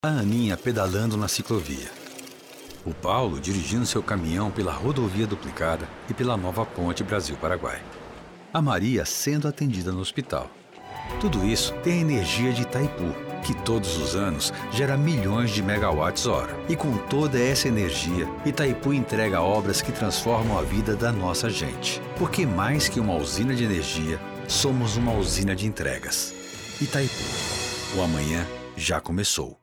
A Aninha pedalando na ciclovia. O Paulo dirigindo seu caminhão pela rodovia duplicada e pela nova ponte Brasil-Paraguai. A Maria sendo atendida no hospital. Tudo isso tem a energia de Itaipu, que todos os anos gera milhões de megawatts-hora. E com toda essa energia, Itaipu entrega obras que transformam a vida da nossa gente. Porque mais que uma usina de energia, somos uma usina de entregas. Itaipu. O amanhã já começou.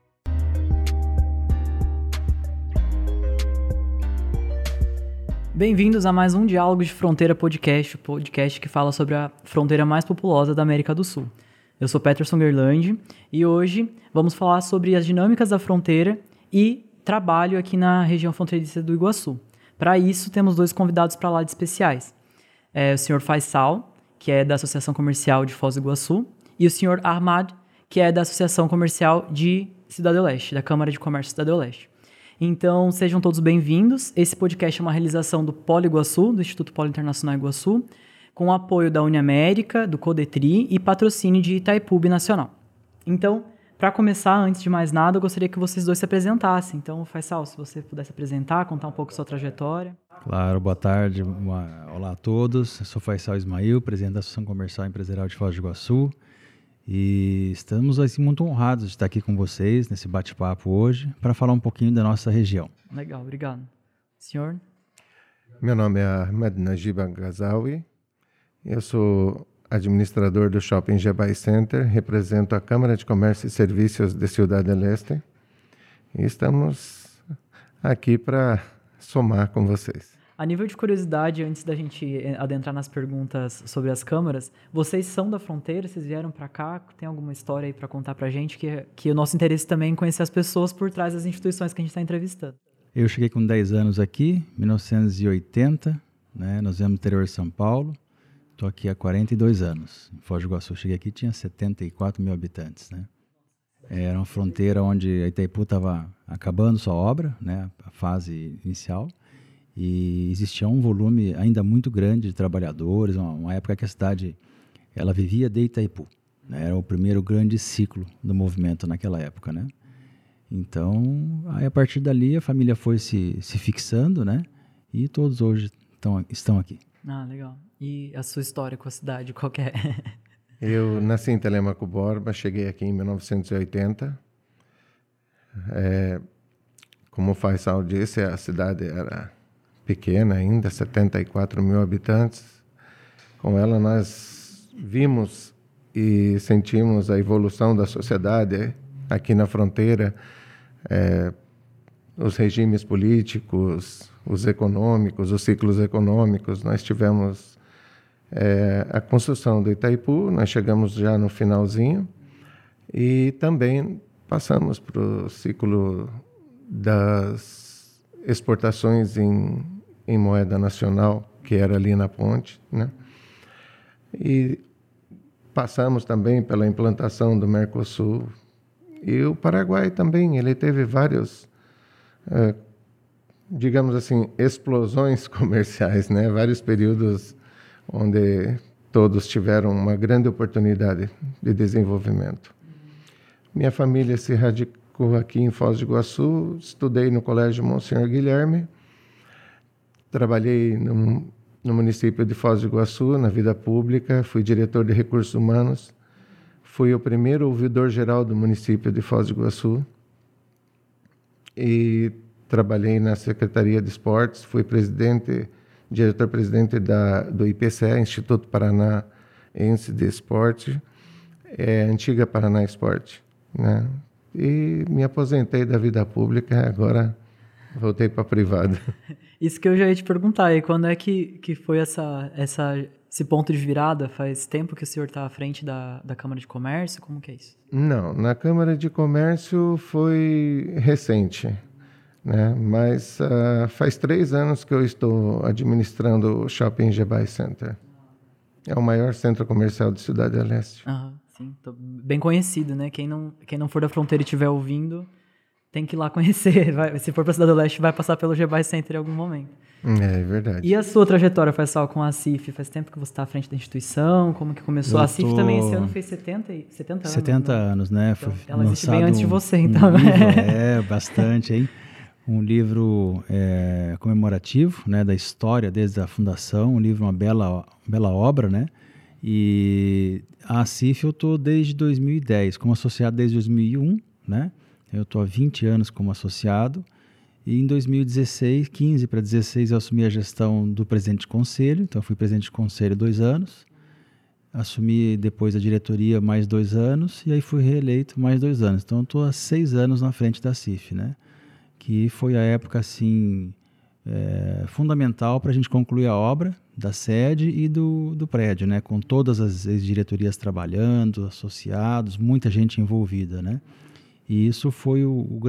Bem-vindos a mais um Diálogos de Fronteira Podcast, o podcast que fala sobre a fronteira mais populosa da América do Sul. Eu sou Peterson Gerlandi e hoje vamos falar sobre as dinâmicas da fronteira e trabalho aqui na região fronteiriça do Iguaçu. Para isso, temos dois convidados para lá de especiais. O senhor Faisal, que é da Associação Comercial de Foz do Iguaçu, e o senhor Ahmad, que é da Associação Comercial de Cidade do Leste, da Câmara de Comércio Cidade do Leste. Então, sejam todos bem-vindos. Esse podcast é uma realização do Polo Iguaçu, do Instituto Polo Internacional Iguaçu, com o apoio da Uniamérica, do Codetri e patrocínio de Itaipu Nacional. Então, para começar, antes de mais nada, eu gostaria que vocês dois se apresentassem. Então, Faisal, se você pudesse apresentar, contar um pouco sua trajetória. Claro, boa tarde, olá a todos. Eu sou Faisal Ismail, presidente da Associação Comercial e Empresarial de Foz do Iguaçu. E estamos assim, muito honrados de estar aqui com vocês nesse bate-papo hoje para falar um pouquinho da nossa região. Legal, obrigado. Senhor? Meu nome é Ahmed Najib Ghazawi, eu sou administrador do Shopping Jebai Center, represento a Câmara de Comércio e Serviços de Cidade do Leste e estamos aqui para somar com vocês. A nível de curiosidade, antes da gente adentrar nas perguntas sobre as câmaras, vocês são da fronteira, vocês vieram para cá, tem alguma história aí para contar para a gente? Que o nosso interesse também é conhecer as pessoas por trás das instituições que a gente está entrevistando. Eu cheguei com 10 anos aqui, 1980, né? Nós viemos do interior de São Paulo, estou aqui há 42 anos. Em Foz do Iguaçu, cheguei aqui tinha 74 mil habitantes, né? Era uma fronteira onde a Itaipu estava acabando sua obra, né? A fase inicial. E existia um volume ainda muito grande de trabalhadores, uma época que a cidade ela vivia de Itaipu, né? Era o primeiro grande ciclo do movimento naquela época, né? Então, aí a partir dali a família foi se fixando, né? E todos hoje estão aqui. Ah, legal. E a sua história com a cidade, qual que é? Eu nasci em Telemaco Borba, cheguei aqui em 1980. Como o Faisal disse, a cidade era pequena ainda, 74 mil habitantes. Com ela nós vimos e sentimos a evolução da sociedade aqui na fronteira, os regimes políticos, os econômicos, os ciclos econômicos. Nós tivemos a construção do Itaipu, nós chegamos já no finalzinho e também passamos para o ciclo das exportações em moeda nacional, que era ali na ponte, né? E passamos também pela implantação do Mercosul. E o Paraguai também, ele teve vários, digamos assim, explosões comerciais, né? Vários períodos onde todos tiveram uma grande oportunidade de desenvolvimento. Minha família se radicou aqui em Foz do Iguaçu, estudei no Colégio Monsenhor Guilherme, trabalhei no município de Foz do Iguaçu, na vida pública, fui diretor de recursos humanos, fui o primeiro ouvidor-geral do município de Foz do Iguaçu e trabalhei na Secretaria de Esportes, fui diretor-presidente do IPCE, Instituto Paranaense de Esporte, antiga Paraná Esporte, né? E me aposentei da vida pública, agora voltei para a privada. Isso que eu já ia te perguntar, e quando é que foi esse ponto de virada? Faz tempo que o senhor está à frente da Câmara de Comércio? Como que é isso? Não, na Câmara de Comércio foi recente, né? Mas faz 3 anos que eu estou administrando o Shopping Jebai Center. É o maior centro comercial de Cidade do Leste. Sim, bem conhecido, né? Quem não for da fronteira e estiver ouvindo, Tem que ir lá conhecer. Se for para Cidade do Leste, vai passar pelo GBAE Center em algum momento. É verdade. E a sua trajetória, Faisal, com a CIF? Faz tempo que você está à frente da instituição? Como que começou? A CIF também esse ano fez 70 anos. 70 anos, né? Então, foi ela existe bem antes de você, então. Livro, bastante, hein? Um livro comemorativo, né, da história desde a fundação, um livro, uma bela obra, né? E a CIF eu estou desde 2010, como associado desde 2001, né? Eu estou há 20 anos como associado. E em 2016, 15 para 16, eu assumi a gestão do presidente de conselho. Então, eu fui presidente de conselho 2 anos. Assumi depois a diretoria mais 2 anos. E aí fui reeleito mais 2 anos. Então, eu estou há 6 anos na frente da CIF, né? Que foi a época, assim, fundamental para a gente concluir a obra da sede e do prédio, né? Com todas as diretorias trabalhando, associados, muita gente envolvida, né? E isso foi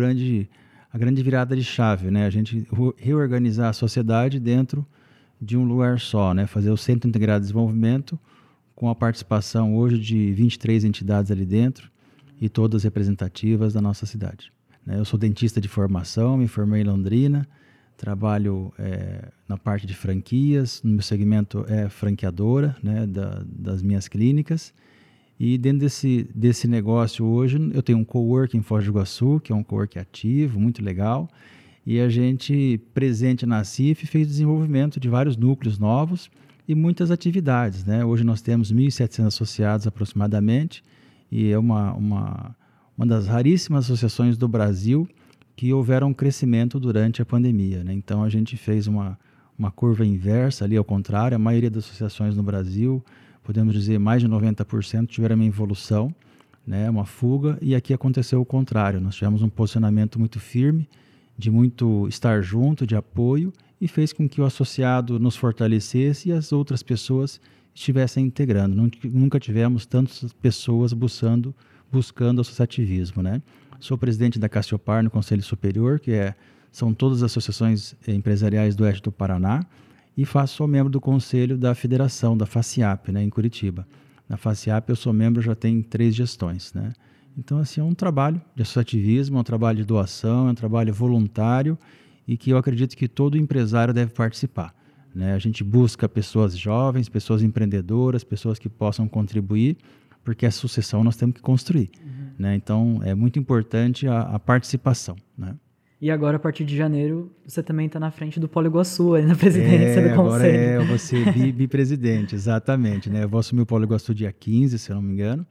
a grande virada de chave, né? A gente reorganizar a sociedade dentro de um lugar só, né? Fazer o Centro Integrado de Desenvolvimento com a participação hoje de 23 entidades ali dentro e todas representativas da nossa cidade. Eu sou dentista de formação, me formei em Londrina, trabalho na parte de franquias, no meu segmento é franqueadora, né, das minhas clínicas. E dentro desse negócio hoje, eu tenho um coworking em Foz do Iguaçu, que é um coworking ativo, muito legal. E a gente, presente na CIF, fez desenvolvimento de vários núcleos novos e muitas atividades, né? Hoje nós temos 1.700 associados aproximadamente e é uma das raríssimas associações do Brasil que houveram um crescimento durante a pandemia, né? Então a gente fez uma curva inversa ali, ao contrário, a maioria das associações no Brasil, podemos dizer mais de 90% tiveram uma evolução, né, uma fuga, e aqui aconteceu o contrário. Nós tivemos um posicionamento muito firme, de muito estar junto, de apoio, e fez com que o associado nos fortalecesse e as outras pessoas estivessem integrando. Nunca tivemos tantas pessoas buscando associativismo, né? Sou presidente da Cassiopar no Conselho Superior, são todas as associações empresariais do Oeste do Paraná, e sou membro do conselho da federação, da FACIAP, né, em Curitiba. Na FACIAP eu sou membro já tem 3 gestões, né? Então, assim, é um trabalho de associativismo, é um trabalho de doação, é um trabalho voluntário e que eu acredito que todo empresário deve participar, né? A gente busca pessoas jovens, pessoas empreendedoras, pessoas que possam contribuir, porque a sucessão nós temos que construir, né? Então, é muito importante a participação, né? E agora, a partir de janeiro, você também está na frente do Polo Iguaçu, aí na presidência do conselho. Agora eu vou ser bipresidente, exatamente, né? Eu vou assumir o Polo Iguaçu dia 15, se eu não me engano,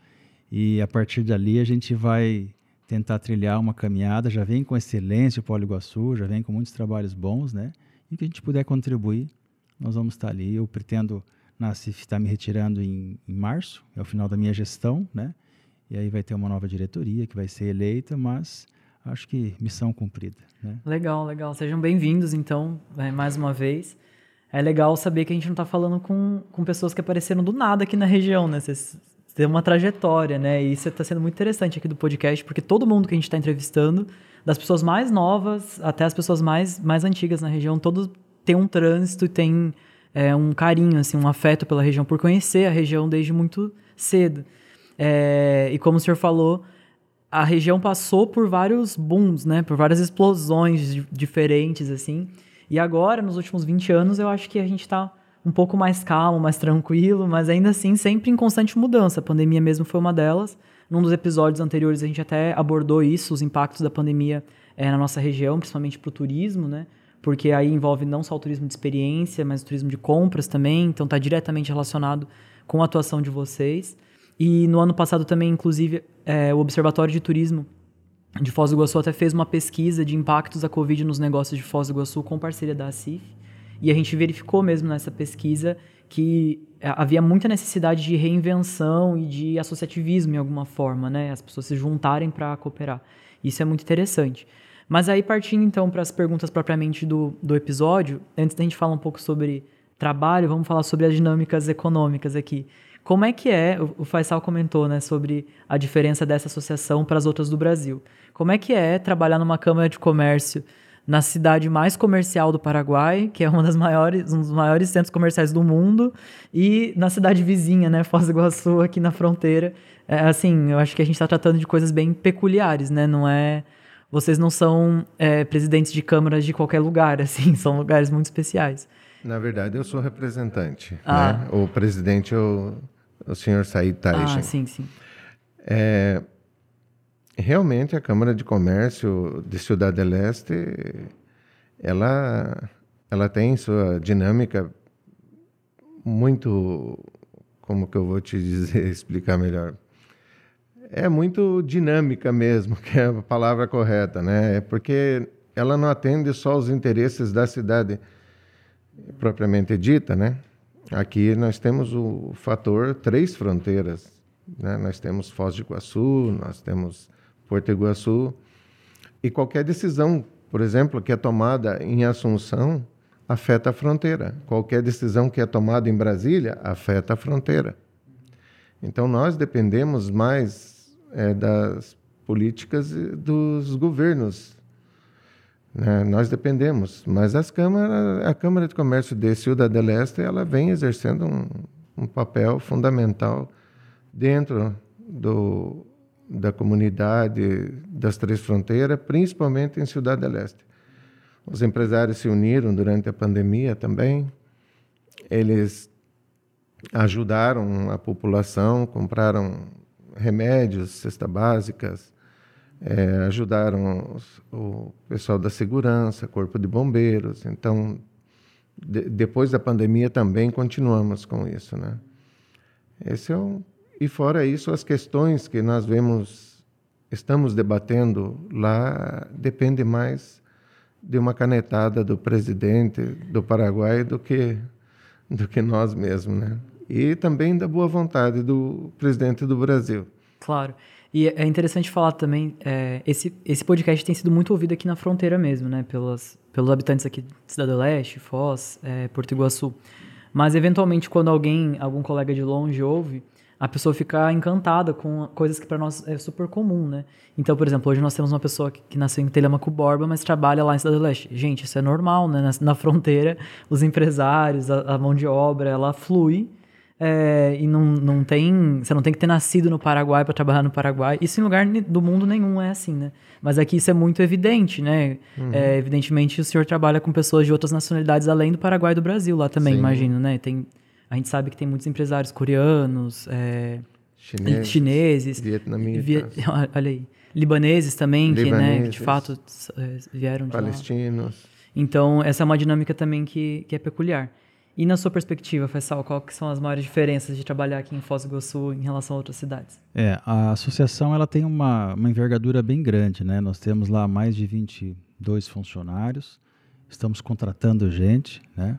e a partir dali a gente vai tentar trilhar uma caminhada, já vem com excelência o Polo Iguaçu, já vem com muitos trabalhos bons, né? E que a gente puder contribuir, nós vamos estar ali. Eu pretendo, na CIF, estar me retirando em março, é o final da minha gestão, né? E aí vai ter uma nova diretoria que vai ser eleita, mas acho que missão cumprida, né? Legal. Sejam bem-vindos, então, mais uma vez. É legal saber que a gente não está falando com pessoas que apareceram do nada aqui na região, né? Vocês têm uma trajetória, né? E isso está sendo muito interessante aqui do podcast, porque todo mundo que a gente está entrevistando, das pessoas mais novas até as pessoas mais antigas na região, todos têm um trânsito e têm um carinho, assim, um afeto pela região, por conhecer a região desde muito cedo. E como o senhor falou, a região passou por vários booms, né? Por várias explosões diferentes, assim. E agora, nos últimos 20 anos, eu acho que a gente está um pouco mais calmo, mais tranquilo, mas ainda assim sempre em constante mudança. A pandemia mesmo foi uma delas. Num dos episódios anteriores, a gente até abordou isso, os impactos da pandemia na nossa região, principalmente para o turismo, né? Porque aí envolve não só o turismo de experiência, mas o turismo de compras também. Então, está diretamente relacionado com a atuação de vocês. E no ano passado também, inclusive, o Observatório de Turismo de Foz do Iguaçu até fez uma pesquisa de impactos da Covid nos negócios de Foz do Iguaçu com parceria da CIF. E a gente verificou mesmo nessa pesquisa que havia muita necessidade de reinvenção e de associativismo em alguma forma, né? As pessoas se juntarem para cooperar. Isso é muito interessante. Mas aí, partindo então para as perguntas propriamente do episódio, antes da gente falar um pouco sobre trabalho, vamos falar sobre as dinâmicas econômicas aqui. Como é que o Faisal comentou, né, sobre a diferença dessa associação para as outras do Brasil. Como é que é trabalhar numa Câmara de Comércio na cidade mais comercial do Paraguai, que é um dos maiores centros comerciais do mundo, e na cidade vizinha, né, Foz do Iguaçu, aqui na fronteira? Assim, eu acho que a gente está tratando de coisas bem peculiares, né? Não é vocês não são presidentes de câmaras de qualquer lugar, assim, são lugares muito especiais. Na verdade, eu sou representante, né? O presidente é o senhor Said Taishin. Sim. Realmente, a Câmara de Comércio de Ciudad del Este, ela tem sua dinâmica muito, como que eu vou te dizer, explicar melhor? É muito dinâmica mesmo, que é a palavra correta, né? É porque ela não atende só os interesses da cidade propriamente dita, né? Aqui nós temos o fator 3 fronteiras, né? Nós temos Foz do Iguaçu, nós temos Porto Iguaçu, e qualquer decisão, por exemplo, que é tomada em Assunção, afeta a fronteira. Qualquer decisão que é tomada em Brasília, afeta a fronteira. Então, nós dependemos mais das políticas dos governos, né? Nós dependemos, mas a Câmara de Comércio de Ciudad del Este, ela vem exercendo um papel fundamental dentro da comunidade das 3 fronteiras, principalmente em Ciudad del Este. Os empresários se uniram durante a pandemia também, eles ajudaram a população, compraram remédios, cestas básicas, ajudaram o pessoal da segurança, corpo de bombeiros. Então, depois da pandemia também continuamos com isso, né? E fora isso, as questões que nós estamos debatendo lá, depende mais de uma canetada do presidente do Paraguai do que nós mesmos, né? E também da boa vontade do presidente do Brasil. Claro. E é interessante falar também, esse podcast tem sido muito ouvido aqui na fronteira mesmo, né? Pelos habitantes aqui de Cidade do Leste, Foz, Porto Iguaçu. Mas, eventualmente, quando algum colega de longe ouve, a pessoa fica encantada com coisas que para nós é super comum, né? Então, por exemplo, hoje nós temos uma pessoa que nasceu em Telemaco Borba, mas trabalha lá em Cidade do Leste. Gente, isso é normal, né? Na fronteira, os empresários, a mão de obra, ela flui. E não tem... Você não tem que ter nascido no Paraguai para trabalhar no Paraguai. Isso em lugar do mundo nenhum é assim, né? Mas aqui isso é muito evidente, né? Uhum. Evidentemente, o senhor trabalha com pessoas de outras nacionalidades além do Paraguai e do Brasil lá também, sim, imagino, né? A gente sabe que tem muitos empresários coreanos, chineses, vietnamitas, olha aí, libaneses também, que, né, de fato vieram de palestinos. Lá. Então, essa é uma dinâmica também que é peculiar. E na sua perspectiva, Faisal, qual que são as maiores diferenças de trabalhar aqui em Foz do Iguaçu em relação a outras cidades? A associação ela tem uma envergadura bem grande, né? Nós temos lá mais de 22 funcionários, estamos contratando gente, né?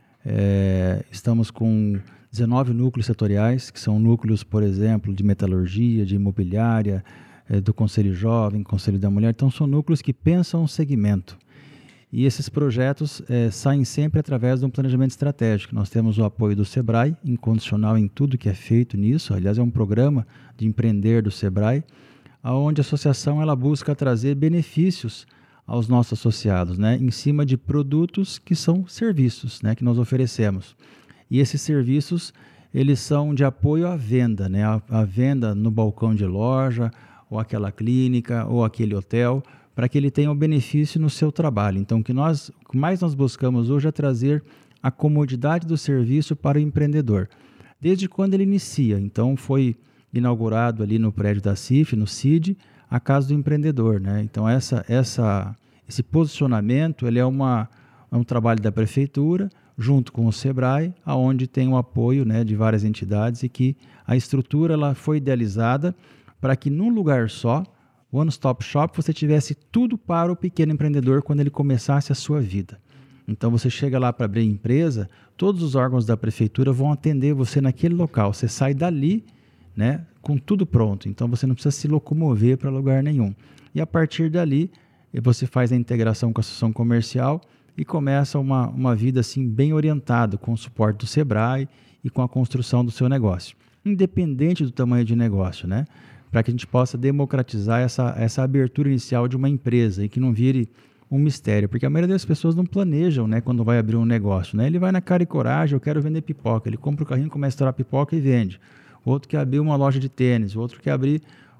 Estamos com 19 núcleos setoriais, que são núcleos, por exemplo, de metalurgia, de imobiliária, do Conselho Jovem, Conselho da Mulher. Então, são núcleos que pensam um segmento. E esses projetos saem sempre através de um planejamento estratégico. Nós temos o apoio do SEBRAE, incondicional em tudo que é feito nisso. Aliás, é um programa de empreender do SEBRAE, onde a associação ela busca trazer benefícios aos nossos associados, né, em cima de produtos que são serviços, né, que nós oferecemos. E esses serviços, eles são de apoio à venda, né, a venda no balcão de loja, ou aquela clínica, ou aquele hotel, para que ele tenha um benefício no seu trabalho. Então, o que mais nós buscamos hoje é trazer a comodidade do serviço para o empreendedor. Desde quando ele inicia, então foi inaugurado ali no prédio da CIF, no CID, a Casa do Empreendedor, né? Então, esse posicionamento ele é um trabalho da Prefeitura, junto com o SEBRAE, onde tem o apoio, né, de várias entidades e que a estrutura ela foi idealizada para que, num lugar só, One Stop Shop, você tivesse tudo para o pequeno empreendedor quando ele começasse a sua vida. Então, você chega lá para abrir empresa, todos os órgãos da Prefeitura vão atender você naquele local. Você sai dali, né, com tudo pronto, então você não precisa se locomover para lugar nenhum. E a partir dali, você faz a integração com a associação comercial e começa uma vida assim, bem orientada, com o suporte do SEBRAE e com a construção do seu negócio. Independente do tamanho de negócio, né? Para que a gente possa democratizar essa abertura inicial de uma empresa e que não vire um mistério, porque a maioria das pessoas não planejam, né, quando vai abrir um negócio, né? Ele vai na cara e coragem, eu quero vender pipoca, ele compra o carrinho, começa a estourar pipoca e vende. Outro quer abrir uma loja de tênis, outro quer abrir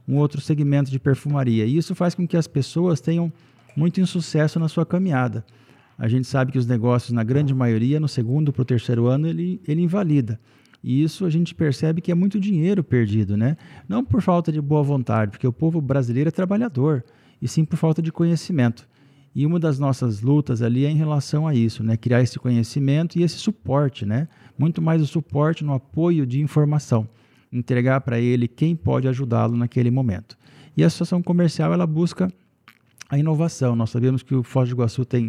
um outro segmento de perfumaria. E isso faz com que as pessoas tenham muito insucesso na sua caminhada. A gente sabe que os negócios, na grande maioria, no segundo para o terceiro ano, ele invalida. E isso a gente percebe que é muito dinheiro perdido, né? Não por falta de boa vontade, porque o povo brasileiro é trabalhador, e sim por falta de conhecimento. E uma das nossas lutas ali é em relação a isso, né? Criar esse conhecimento e esse suporte, né? Muito mais o suporte no apoio de informação. Entregar para ele quem pode ajudá-lo naquele momento. E a associação comercial, ela busca a inovação. Nós sabemos que o Foz do Iguaçu tem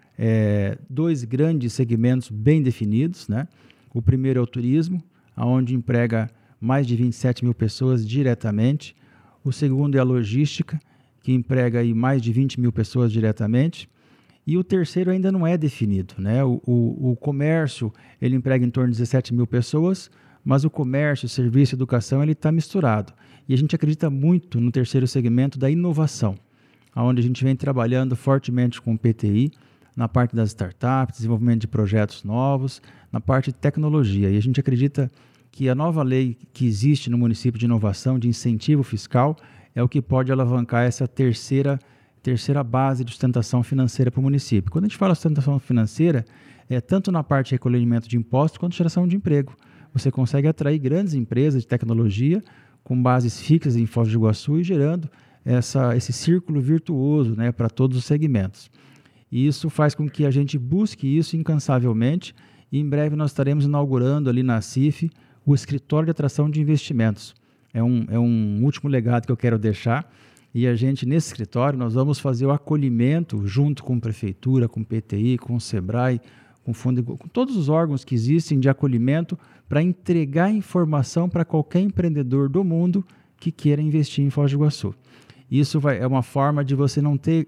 2 grandes segmentos bem definidos, né? O primeiro é o turismo, onde emprega mais de 27 mil pessoas diretamente. O segundo é a logística, que emprega aí mais de 20 mil pessoas diretamente. E o terceiro ainda não é definido, né? O comércio, ele emprega em torno de 17 mil pessoas, mas o comércio, serviço e educação, ele está misturado. E a gente acredita muito no terceiro segmento da inovação, onde a gente vem trabalhando fortemente com o PTI, na parte das startups, desenvolvimento de projetos novos, na parte de tecnologia. E a gente acredita que a nova lei que existe no município de inovação, de incentivo fiscal, é o que pode alavancar essa terceira base de sustentação financeira para o município. Quando a gente fala sustentação financeira, é tanto na parte de recolhimento de impostos quanto geração de emprego. Você consegue atrair grandes empresas de tecnologia com bases fixas em Foz do Iguaçu e gerando esse círculo virtuoso, né, para todos os segmentos. E isso faz com que a gente busque isso incansavelmente e em breve nós estaremos inaugurando ali na CIF o Escritório de Atração de Investimentos. É um último legado que eu quero deixar. E a gente, nesse escritório, nós vamos fazer o acolhimento junto com a Prefeitura, com o PTI, com o SEBRAE, com todos os órgãos que existem de acolhimento para entregar informação para qualquer empreendedor do mundo que queira investir em Foz do Iguaçu. Isso é uma forma de você não ter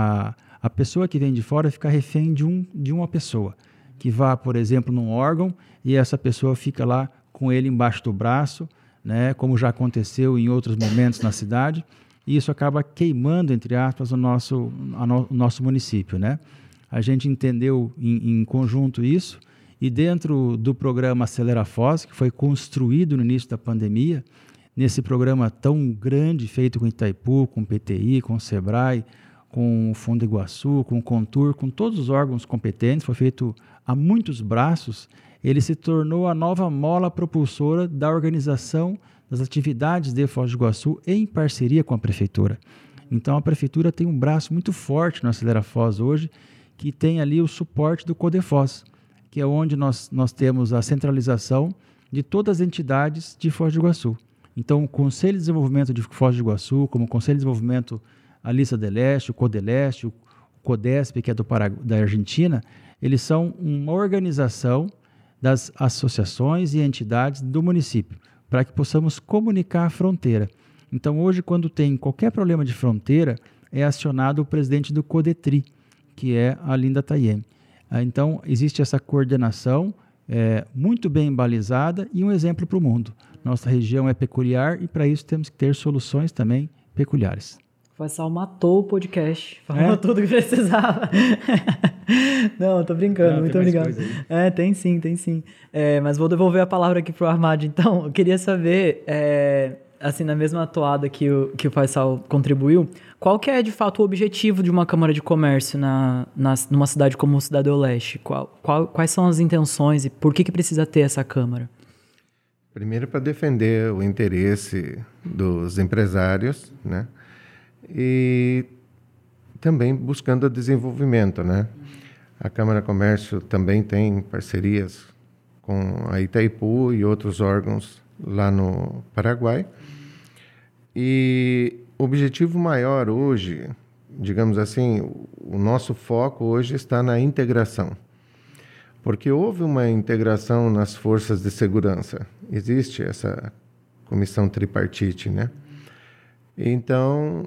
a pessoa que vem de fora ficar refém de uma pessoa, que vá, por exemplo, num órgão e essa pessoa fica lá com ele embaixo do braço, né, como já aconteceu em outros momentos na cidade, e isso acaba queimando, entre aspas, o nosso município, né? A gente entendeu em conjunto isso, e dentro do programa Acelera Foz, que foi construído no início da pandemia, nesse programa tão grande, feito com Itaipu, com o PTI, com o SEBRAE, com o Fundo Iguaçu, com o Contur, com todos os órgãos competentes, foi feito a muitos braços, ele se tornou a nova mola propulsora da organização das atividades de Foz do Iguaçu em parceria com a Prefeitura. Então, a Prefeitura tem um braço muito forte no Acelera Foz hoje, que tem ali o suporte do Codefoz, que é onde nós temos a centralização de todas as entidades de Foz do Iguaçu. Então, o Conselho de Desenvolvimento de Foz do Iguaçu, como o Conselho de Desenvolvimento Alissa del Leste, o Codeleste, o Codesp, que é da Argentina, eles são uma organização das associações e entidades do município, para que possamos comunicar a fronteira. Então, hoje, quando tem qualquer problema de fronteira, é acionado o presidente do Codetri, que é a Linda Tayem. Então, existe essa coordenação muito bem balizada e um exemplo para o mundo. Nossa região é peculiar e, para isso, temos que ter soluções também peculiares. O Faisal matou o podcast, falou tudo que precisava. Não, tô brincando, muito obrigado. Tem sim. Mas vou devolver a palavra aqui pro Armad. Então, eu queria saber, assim, na mesma toada que o Faisal contribuiu, qual que é, de fato, o objetivo de uma Câmara de Comércio numa cidade como Cidade do Leste? Quais são as intenções e por que precisa ter essa Câmara? Primeiro, para defender o interesse dos empresários, né? E também buscando o desenvolvimento, né? A Câmara de Comércio também tem parcerias com a Itaipu e outros órgãos lá no Paraguai. E o objetivo maior hoje, digamos assim, o nosso foco hoje está na integração. Porque houve uma integração nas forças de segurança. Existe essa comissão tripartite, né? Então,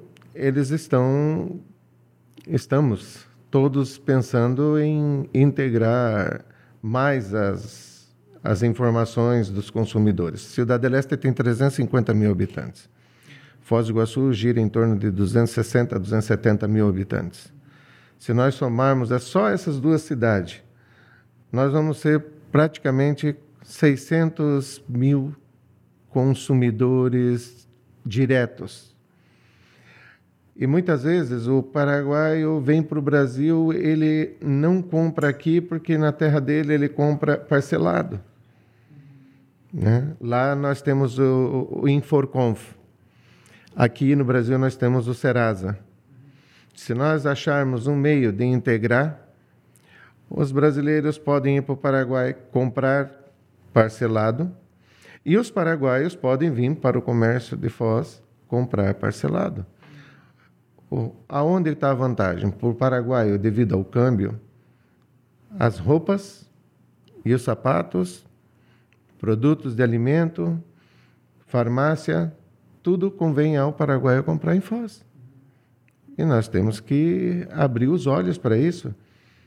estamos todos pensando em integrar mais as informações dos consumidores. Cidade do Leste tem 350 mil habitantes. Foz do Iguaçu gira em torno de 260 a 270 mil habitantes. Se nós somarmos só essas duas cidades, nós vamos ser praticamente 600 mil consumidores diretos. E muitas vezes o paraguaio vem para o Brasil, ele não compra aqui porque na terra dele ele compra parcelado. Né? Lá nós temos o Inforconf. Aqui no Brasil nós temos o Serasa. Se nós acharmos um meio de integrar, os brasileiros podem ir para o Paraguai comprar parcelado e os paraguaios podem vir para o comércio de Foz comprar parcelado. Aonde está a vantagem? Para o paraguaio, devido ao câmbio, as roupas e os sapatos, produtos de alimento, farmácia, tudo convém ao paraguaio comprar em Foz. E nós temos que abrir os olhos para isso,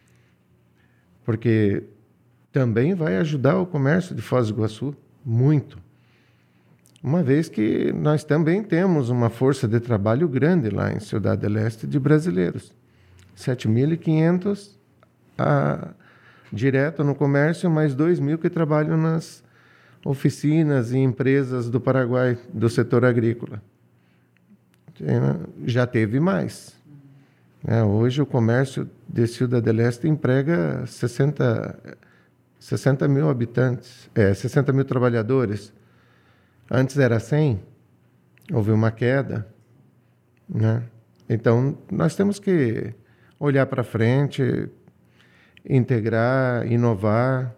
porque também vai ajudar o comércio de Foz do Iguaçu muito. Uma vez que nós também temos uma força de trabalho grande lá em Ciudad del Este de brasileiros. 7.500 direto no comércio, mais 2.000 que trabalham nas oficinas e empresas do Paraguai, do setor agrícola. Já teve mais. Hoje o comércio de Ciudad del Este emprega 60 mil habitantes, 60 mil trabalhadores. Antes era 100, houve uma queda. Né? Então, nós temos que olhar para frente, integrar, inovar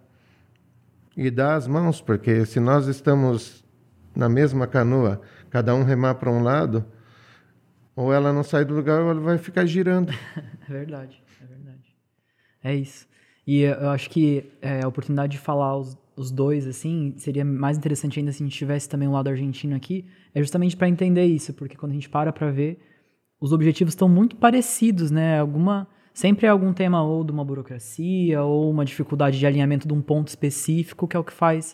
e dar as mãos, porque se nós estamos na mesma canoa, cada um remar para um lado, ou ela não sai do lugar ou ela vai ficar girando. É verdade, é verdade. É isso. E eu acho que a oportunidade de falar os dois, assim, seria mais interessante ainda se a gente tivesse também o lado argentino aqui, é justamente para entender isso, porque quando a gente para ver, os objetivos estão muito parecidos, né? Sempre é algum tema ou de uma burocracia ou uma dificuldade de alinhamento de um ponto específico, que é o que faz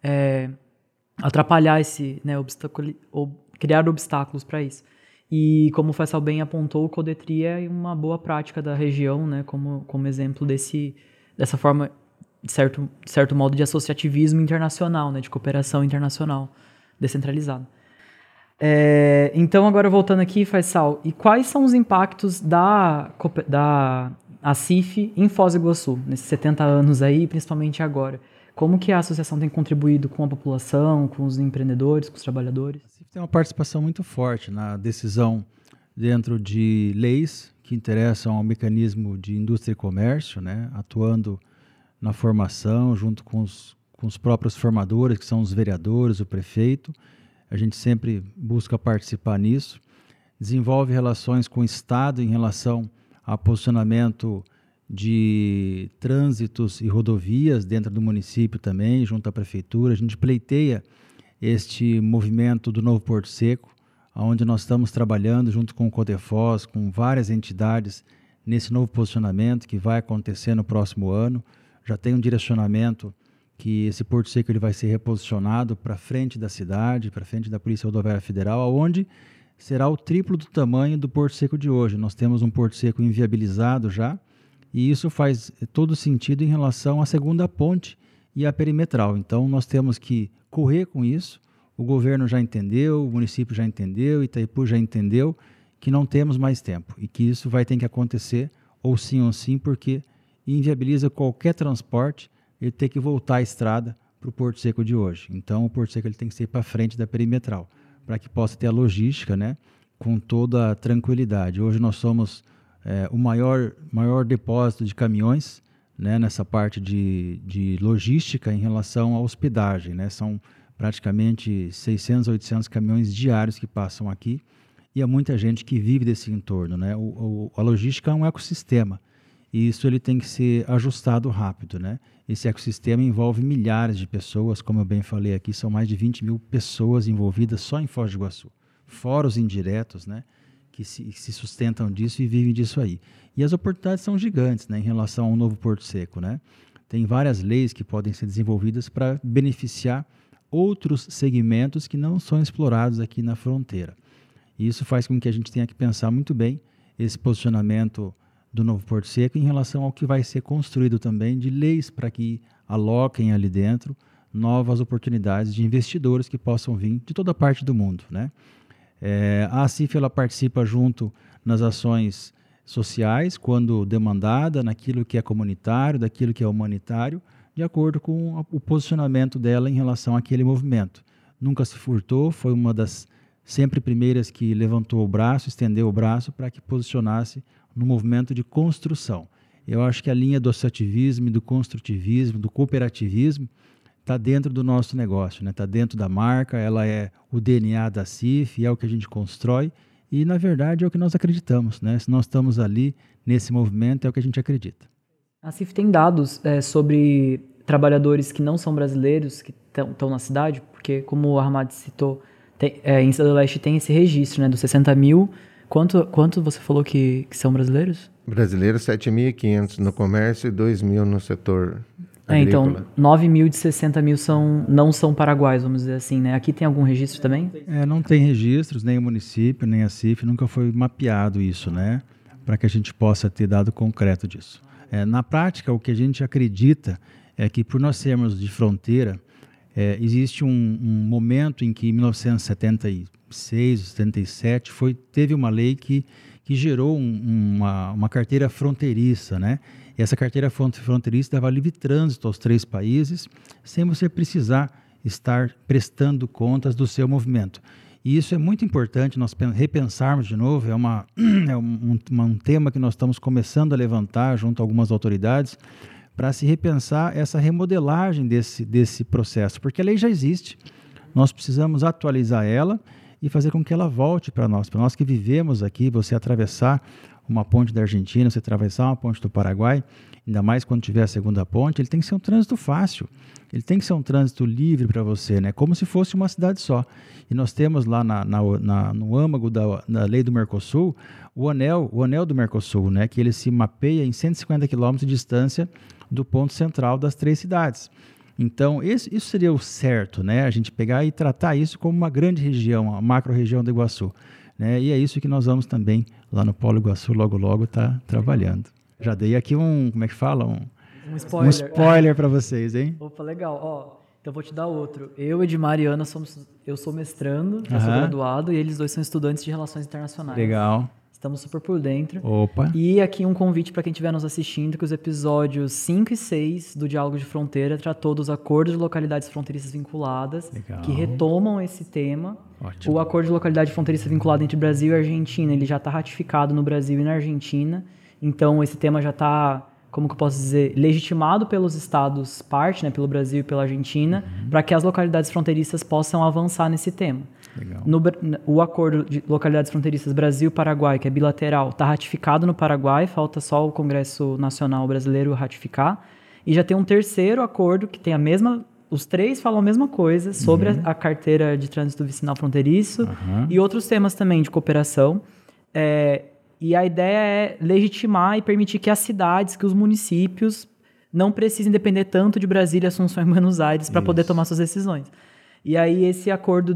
atrapalhar esse, né, criar obstáculos para isso. E como o Faisal bem apontou, o Codetri é uma boa prática da região, né, como exemplo dessa forma, de certo modo, de associativismo internacional, né, de cooperação internacional descentralizada. Então, agora voltando aqui, Faisal, e quais são os impactos da ACIF em Foz do Iguaçu, nesses 70 anos aí, principalmente agora? Como que a associação tem contribuído com a população, com os empreendedores, com os trabalhadores? A ACIF tem uma participação muito forte na decisão dentro de leis que interessam ao mecanismo de indústria e comércio, né, atuando na formação, junto com os próprios formadores, que são os vereadores, o prefeito. A gente sempre busca participar nisso. Desenvolve relações com o Estado em relação ao posicionamento de trânsitos e rodovias dentro do município também, junto à prefeitura. A gente pleiteia este movimento do Novo Porto Seco, onde nós estamos trabalhando junto com o Codefoz, com várias entidades, nesse novo posicionamento que vai acontecer no próximo ano. Já tem um direcionamento que esse Porto Seco ele vai ser reposicionado para frente da cidade, para frente da Polícia Rodoviária Federal, onde será o triplo do tamanho do Porto Seco de hoje. Nós temos um Porto Seco inviabilizado já, e isso faz todo sentido em relação à segunda ponte e à perimetral. Então, nós temos que correr com isso. O governo já entendeu, o município já entendeu, Itaipu já entendeu que não temos mais tempo e que isso vai ter que acontecer ou sim, porque inviabiliza qualquer transporte ele ter que voltar à estrada para o Porto Seco de hoje. Então, o Porto Seco ele tem que ser para frente da perimetral, para que possa ter a logística, né, com toda a tranquilidade. Hoje nós somos o maior depósito de caminhões, né, nessa parte de logística em relação à hospedagem. Né? São praticamente 600, 800 caminhões diários que passam aqui e há muita gente que vive desse entorno. Né? A logística é um ecossistema e isso ele tem que ser ajustado rápido. Né? Esse ecossistema envolve milhares de pessoas, como eu bem falei aqui, são mais de 20 mil pessoas envolvidas só em Foz do Iguaçu, fora os indiretos, né, que se sustentam disso e vivem disso aí. E as oportunidades são gigantes, né, em relação ao novo Porto Seco. Né? Tem várias leis que podem ser desenvolvidas para beneficiar outros segmentos que não são explorados aqui na fronteira. E isso faz com que a gente tenha que pensar muito bem esse posicionamento do novo Porto Seco em relação ao que vai ser construído também de leis para que aloquem ali dentro novas oportunidades de investidores que possam vir de toda parte do mundo. Né? A ACIF ela participa junto nas ações sociais, quando demandada, naquilo que é comunitário, daquilo que é humanitário, de acordo com o posicionamento dela em relação àquele movimento. Nunca se furtou, foi uma das sempre primeiras que levantou o braço, estendeu o braço para que posicionasse no movimento de construção. Eu acho que a linha do associativismo, do construtivismo, do cooperativismo está dentro do nosso negócio, né? Está dentro da marca, ela é o DNA da CIF, é o que a gente constrói e, na verdade, é o que nós acreditamos, né? Se nós estamos ali nesse movimento, é o que a gente acredita. A CIF tem dados sobre trabalhadores que não são brasileiros, que estão na cidade, porque, como o Ahmad citou, em Cidade do Leste tem esse registro, né, dos 60 mil. Quanto você falou que são brasileiros? Brasileiros, 7.500 no comércio e 2.000 no setor agrícola. Então, 9 mil de 60 mil não são paraguaios, vamos dizer assim, né? Aqui tem algum registro também? Não tem registros, nem o município, nem a CIF, nunca foi mapeado isso, né? Para que a gente possa ter dado concreto disso. Na prática, o que a gente acredita é que, por nós sermos de fronteira, existe um momento em que, em 1976, 77, teve uma lei que gerou uma carteira fronteiriça, né? E essa carteira fronteiriça dava livre trânsito aos 3 países, sem você precisar estar prestando contas do seu movimento. E isso é muito importante nós repensarmos de novo, é um tema que nós estamos começando a levantar junto a algumas autoridades, para se repensar essa remodelagem desse processo, porque a lei já existe, nós precisamos atualizar ela e fazer com que ela volte para nós que vivemos aqui. Você atravessar uma ponte da Argentina, você atravessar uma ponte do Paraguai, ainda mais quando tiver a segunda ponte, ele tem que ser um trânsito fácil, ele tem que ser um trânsito livre para você, né? Como se fosse uma cidade só. E nós temos lá no âmago da lei do Mercosul, o anel do Mercosul, né? Que ele se mapeia em 150 quilômetros de distância do ponto central das 3 cidades. Então, isso seria o certo, né? A gente pegar e tratar isso como uma grande região, uma macro-região do Iguaçu, né? E é isso que nós vamos também, lá no Polo Iguaçu, logo estar trabalhando. Já dei aqui como é que fala? Um spoiler. Um spoiler para vocês, hein? Opa, legal. Então, vou te dar outro. Eu, Edmar e Ana, eu sou mestrando, eu sou graduado, e eles 2 são estudantes de Relações Internacionais. Legal. Estamos super por dentro. Opa. E aqui um convite para quem estiver nos assistindo, que os episódios 5 e 6 do Diálogo de Fronteira tratou dos acordos de localidades fronteiriças vinculadas, Legal. Que retomam esse tema. Ótimo. O acordo de localidade fronteiriça vinculada entre Brasil e Argentina, ele já está ratificado no Brasil e na Argentina. Então, esse tema já está, como que eu posso dizer, legitimado pelos estados parte, né, pelo Brasil e pela Argentina, para que as localidades fronteiriças possam avançar nesse tema. Legal. O acordo de localidades fronteiriças Brasil-Paraguai, que é bilateral, está ratificado no Paraguai, falta só o Congresso Nacional Brasileiro ratificar. E já tem um terceiro acordo que tem os 3 falam a mesma coisa sobre a carteira de trânsito vicinal fronteiriço e outros temas também de cooperação. E a ideia é legitimar e permitir que as cidades, que os municípios não precisem depender tanto de Brasília, Assunção e Buenos Aires para poder tomar suas decisões. E aí esse acordo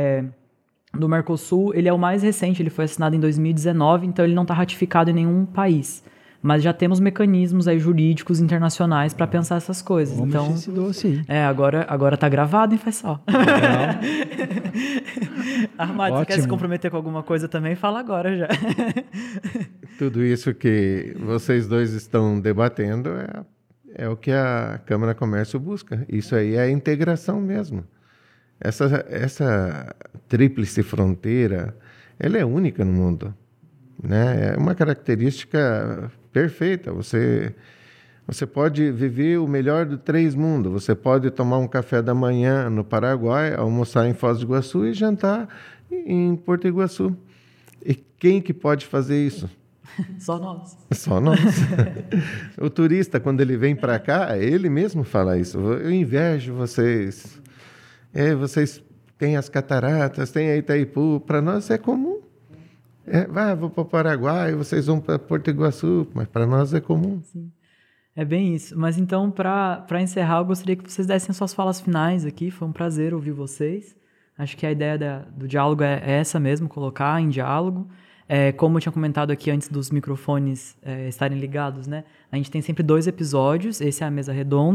do Mercosul, ele é o mais recente, ele foi assinado em 2019, então ele não está ratificado em nenhum país. Mas já temos mecanismos aí jurídicos internacionais para pensar essas coisas. Vamos então, mexer esse doce aí. Agora tá gravado, hein, Faisal? Armado, você quer se comprometer com alguma coisa também? Fala agora já. Tudo isso que vocês 2 estão debatendo é o que a Câmara Comércio busca. Isso aí é a integração mesmo. Essa tríplice fronteira, ela é única no mundo, né? É uma característica perfeita. Você pode viver o melhor dos 3 mundos. Você pode tomar um café da manhã no Paraguai, almoçar em Foz do Iguaçu e jantar em Porto Iguaçu. E quem que pode fazer isso? Só nós. Só nós. O turista, quando ele vem para cá, ele mesmo fala isso. Eu invejo vocês. Vocês têm as cataratas, têm a Itaipu. Para nós é comum. Vou para o Paraguai, vocês vão para Porto Iguaçu, mas para nós é comum. Sim. É bem isso. Mas então, para encerrar, eu gostaria que vocês dessem suas falas finais aqui. Foi um prazer ouvir vocês. Acho que a ideia do diálogo é essa mesmo, colocar em diálogo. Como eu tinha comentado aqui antes dos microfones estarem ligados, né? A gente tem sempre 2 episódios. Esse é a mesa redonda.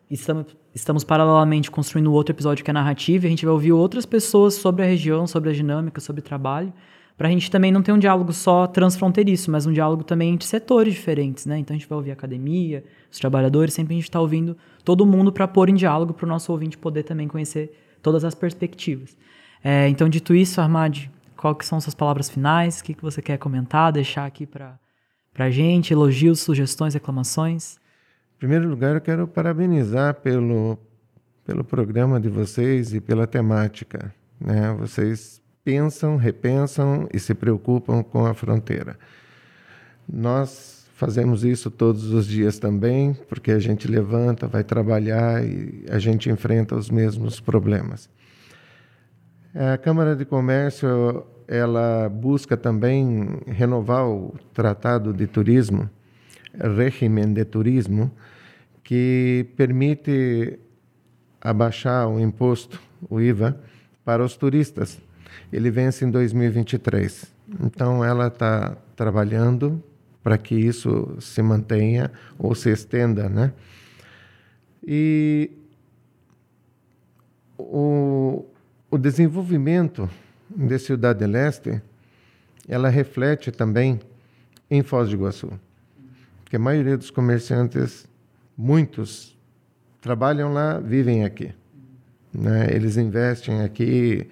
estamos paralelamente construindo outro episódio que é narrativa, e a gente vai ouvir outras pessoas sobre a região, sobre a dinâmica, sobre o trabalho, para a gente também não ter um diálogo só transfronteiriço, mas um diálogo também entre setores diferentes, né? Então a gente vai ouvir a academia, os trabalhadores, sempre a gente está ouvindo todo mundo para pôr em diálogo para o nosso ouvinte poder também conhecer todas as perspectivas. Então, dito isso, Ahmad, quais são suas palavras finais? O que você quer comentar, deixar aqui para a gente? Elogios, sugestões, reclamações? Em primeiro lugar, eu quero parabenizar pelo programa de vocês e pela temática, né? Vocês pensam, repensam e se preocupam com a fronteira. Nós fazemos isso todos os dias também, porque a gente levanta, vai trabalhar e a gente enfrenta os mesmos problemas. A Câmara de Comércio, ela busca também renovar o Tratado de Turismo, Régimen de Turismo, que permite abaixar o imposto, o IVA, para os turistas. Ele vence em 2023. Então, ela está trabalhando para que isso se mantenha ou se estenda, né? E o desenvolvimento de Cidade del Este, ela reflete também em Foz do Iguaçu. Porque a maioria dos comerciantes, muitos, trabalham lá, vivem aqui, né? Eles investem aqui,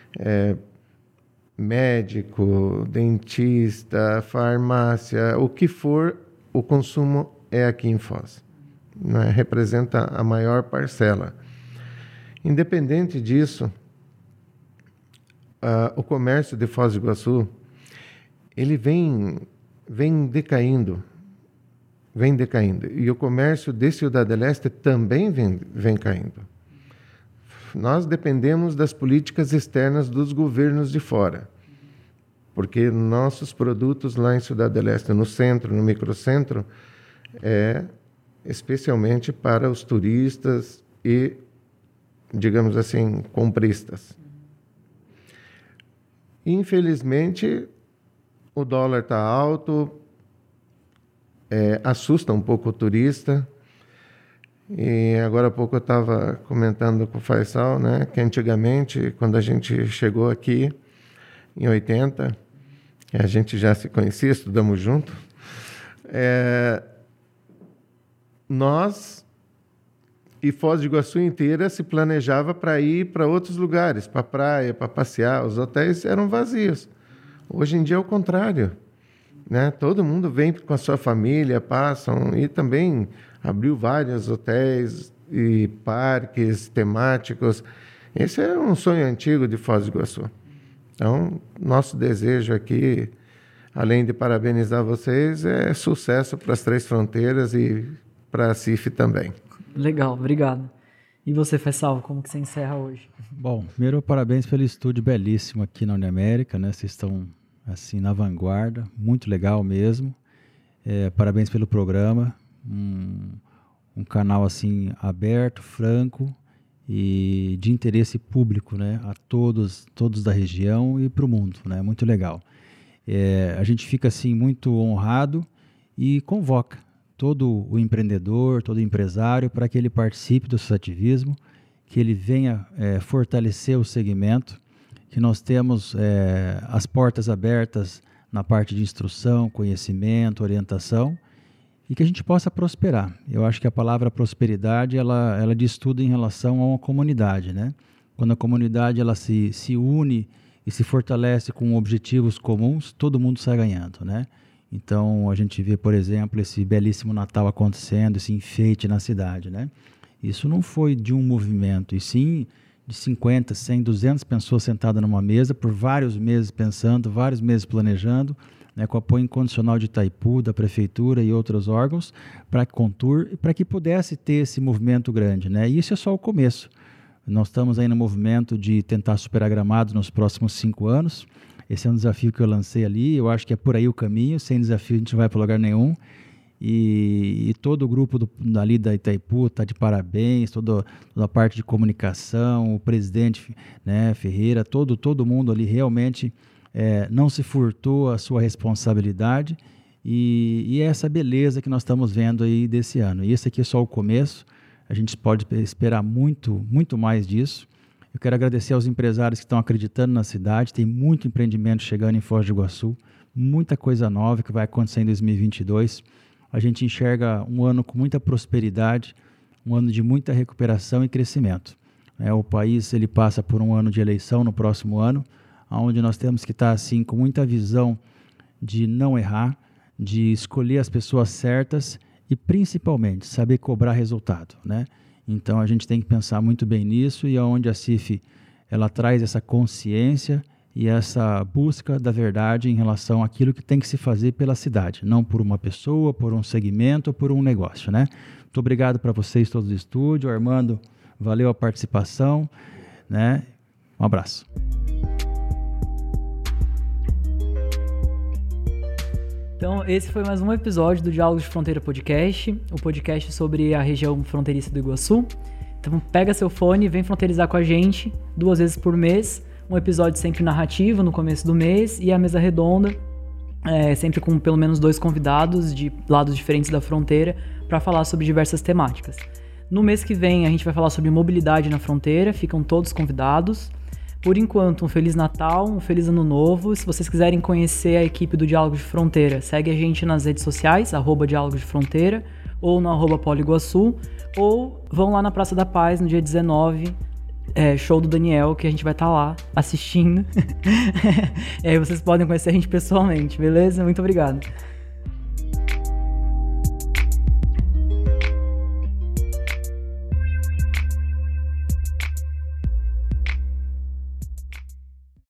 médico, dentista, farmácia, o que for, o consumo é aqui em Foz, né? Representa a maior parcela. Independente disso, o comércio de Foz do Iguaçu, ele vem decaindo. E o comércio de Cidade del Este também vem caindo. Nós dependemos das políticas externas dos governos de fora, porque nossos produtos lá em Cidade del Este, no centro, no microcentro, especialmente para os turistas e, digamos assim, compristas. Infelizmente, o dólar está alto, assusta um pouco o turista. E agora há pouco eu estava comentando com o Faisal, né, que antigamente, quando a gente chegou aqui, em 80, a gente já se conhecia, estudamos junto, nós e Foz do Iguaçu inteira se planejava para ir para outros lugares, para a praia, para passear. Os hotéis eram vazios. Hoje em dia é o contrário, né? Todo mundo vem com a sua família, passam, e também abriu vários hotéis e parques temáticos. Esse é um sonho antigo de Foz do Iguaçu. Então, nosso desejo aqui, além de parabenizar vocês, é sucesso para as Três Fronteiras e para a CIF também. Legal, obrigado. E você, Faisal, como que você encerra hoje? Bom, primeiro, parabéns pelo estúdio belíssimo aqui na Uniamérica, né? Vocês estão, assim, na vanguarda, muito legal mesmo. Parabéns pelo programa, um canal, assim, aberto, franco e de interesse público, né? A todos da região e para o mundo, né? Muito legal. A gente fica, assim, muito honrado e convoca todo o empreendedor, todo o empresário para que ele participe do associativismo, que ele venha fortalecer o segmento, que nós temos as portas abertas na parte de instrução, conhecimento, orientação, e que a gente possa prosperar. Eu acho que a palavra prosperidade, ela diz tudo em relação a uma comunidade, né? Quando a comunidade ela se une e se fortalece com objetivos comuns, todo mundo sai ganhando, né? Então, a gente vê, por exemplo, esse belíssimo Natal acontecendo, esse enfeite na cidade, né? Isso não foi de um movimento, e sim de 50, 100, 200 pessoas sentadas numa mesa, por vários meses pensando, vários meses planejando, né, com apoio incondicional de Itaipu, da Prefeitura e outros órgãos, para que pudesse ter esse movimento grande, né? E isso é só o começo. Nós estamos aí no movimento de tentar superar Gramados nos próximos 5 anos. Esse é um desafio que eu lancei ali, eu acho que é por aí o caminho, sem desafio a gente não vai para lugar nenhum. E todo o grupo ali da Itaipu está de parabéns, toda a parte de comunicação, o presidente, né, Ferreira, todo mundo ali realmente não se furtou a sua responsabilidade e essa beleza que nós estamos vendo aí desse ano. E esse aqui é só o começo, A gente pode esperar muito, muito mais disso. Eu quero agradecer aos empresários que estão acreditando na cidade. Tem muito empreendimento chegando em Foz do Iguaçu, muita coisa nova que vai acontecer em 2022. A gente enxerga um ano com muita prosperidade, um ano de muita recuperação e crescimento. O país ele passa por um ano de eleição no próximo ano, onde nós temos que estar assim, com muita visão de não errar, de escolher as pessoas certas e principalmente saber cobrar resultado, né? Então a gente tem que pensar muito bem nisso, e onde a CIF ela traz essa consciência e essa busca da verdade em relação àquilo que tem que se fazer pela cidade, não por uma pessoa, por um segmento ou por um negócio, né? Muito obrigado para vocês todos do estúdio. Armando, valeu a participação, né? Um abraço. Então, esse foi mais um episódio do Diálogos de Fronteira Podcast, o podcast sobre a região fronteiriça do Iguaçu. Então, pega seu fone e vem fronteirizar com a gente 2 vezes por mês, um episódio sempre narrativo no começo do mês e a mesa redonda, sempre com pelo menos 2 convidados de lados diferentes da fronteira para falar sobre diversas temáticas. No mês que vem a gente vai falar sobre mobilidade na fronteira, ficam todos convidados. Por enquanto, um Feliz Natal, um Feliz Ano Novo. Se vocês quiserem conhecer a equipe do Diálogo de Fronteira, segue a gente nas redes sociais, @Diálogo de Fronteira, ou no @Polo Iguaçu, ou vão lá na Praça da Paz no dia 19, show do Daniel, que a gente vai estar lá assistindo. E aí vocês podem conhecer a gente pessoalmente, beleza? Muito obrigado.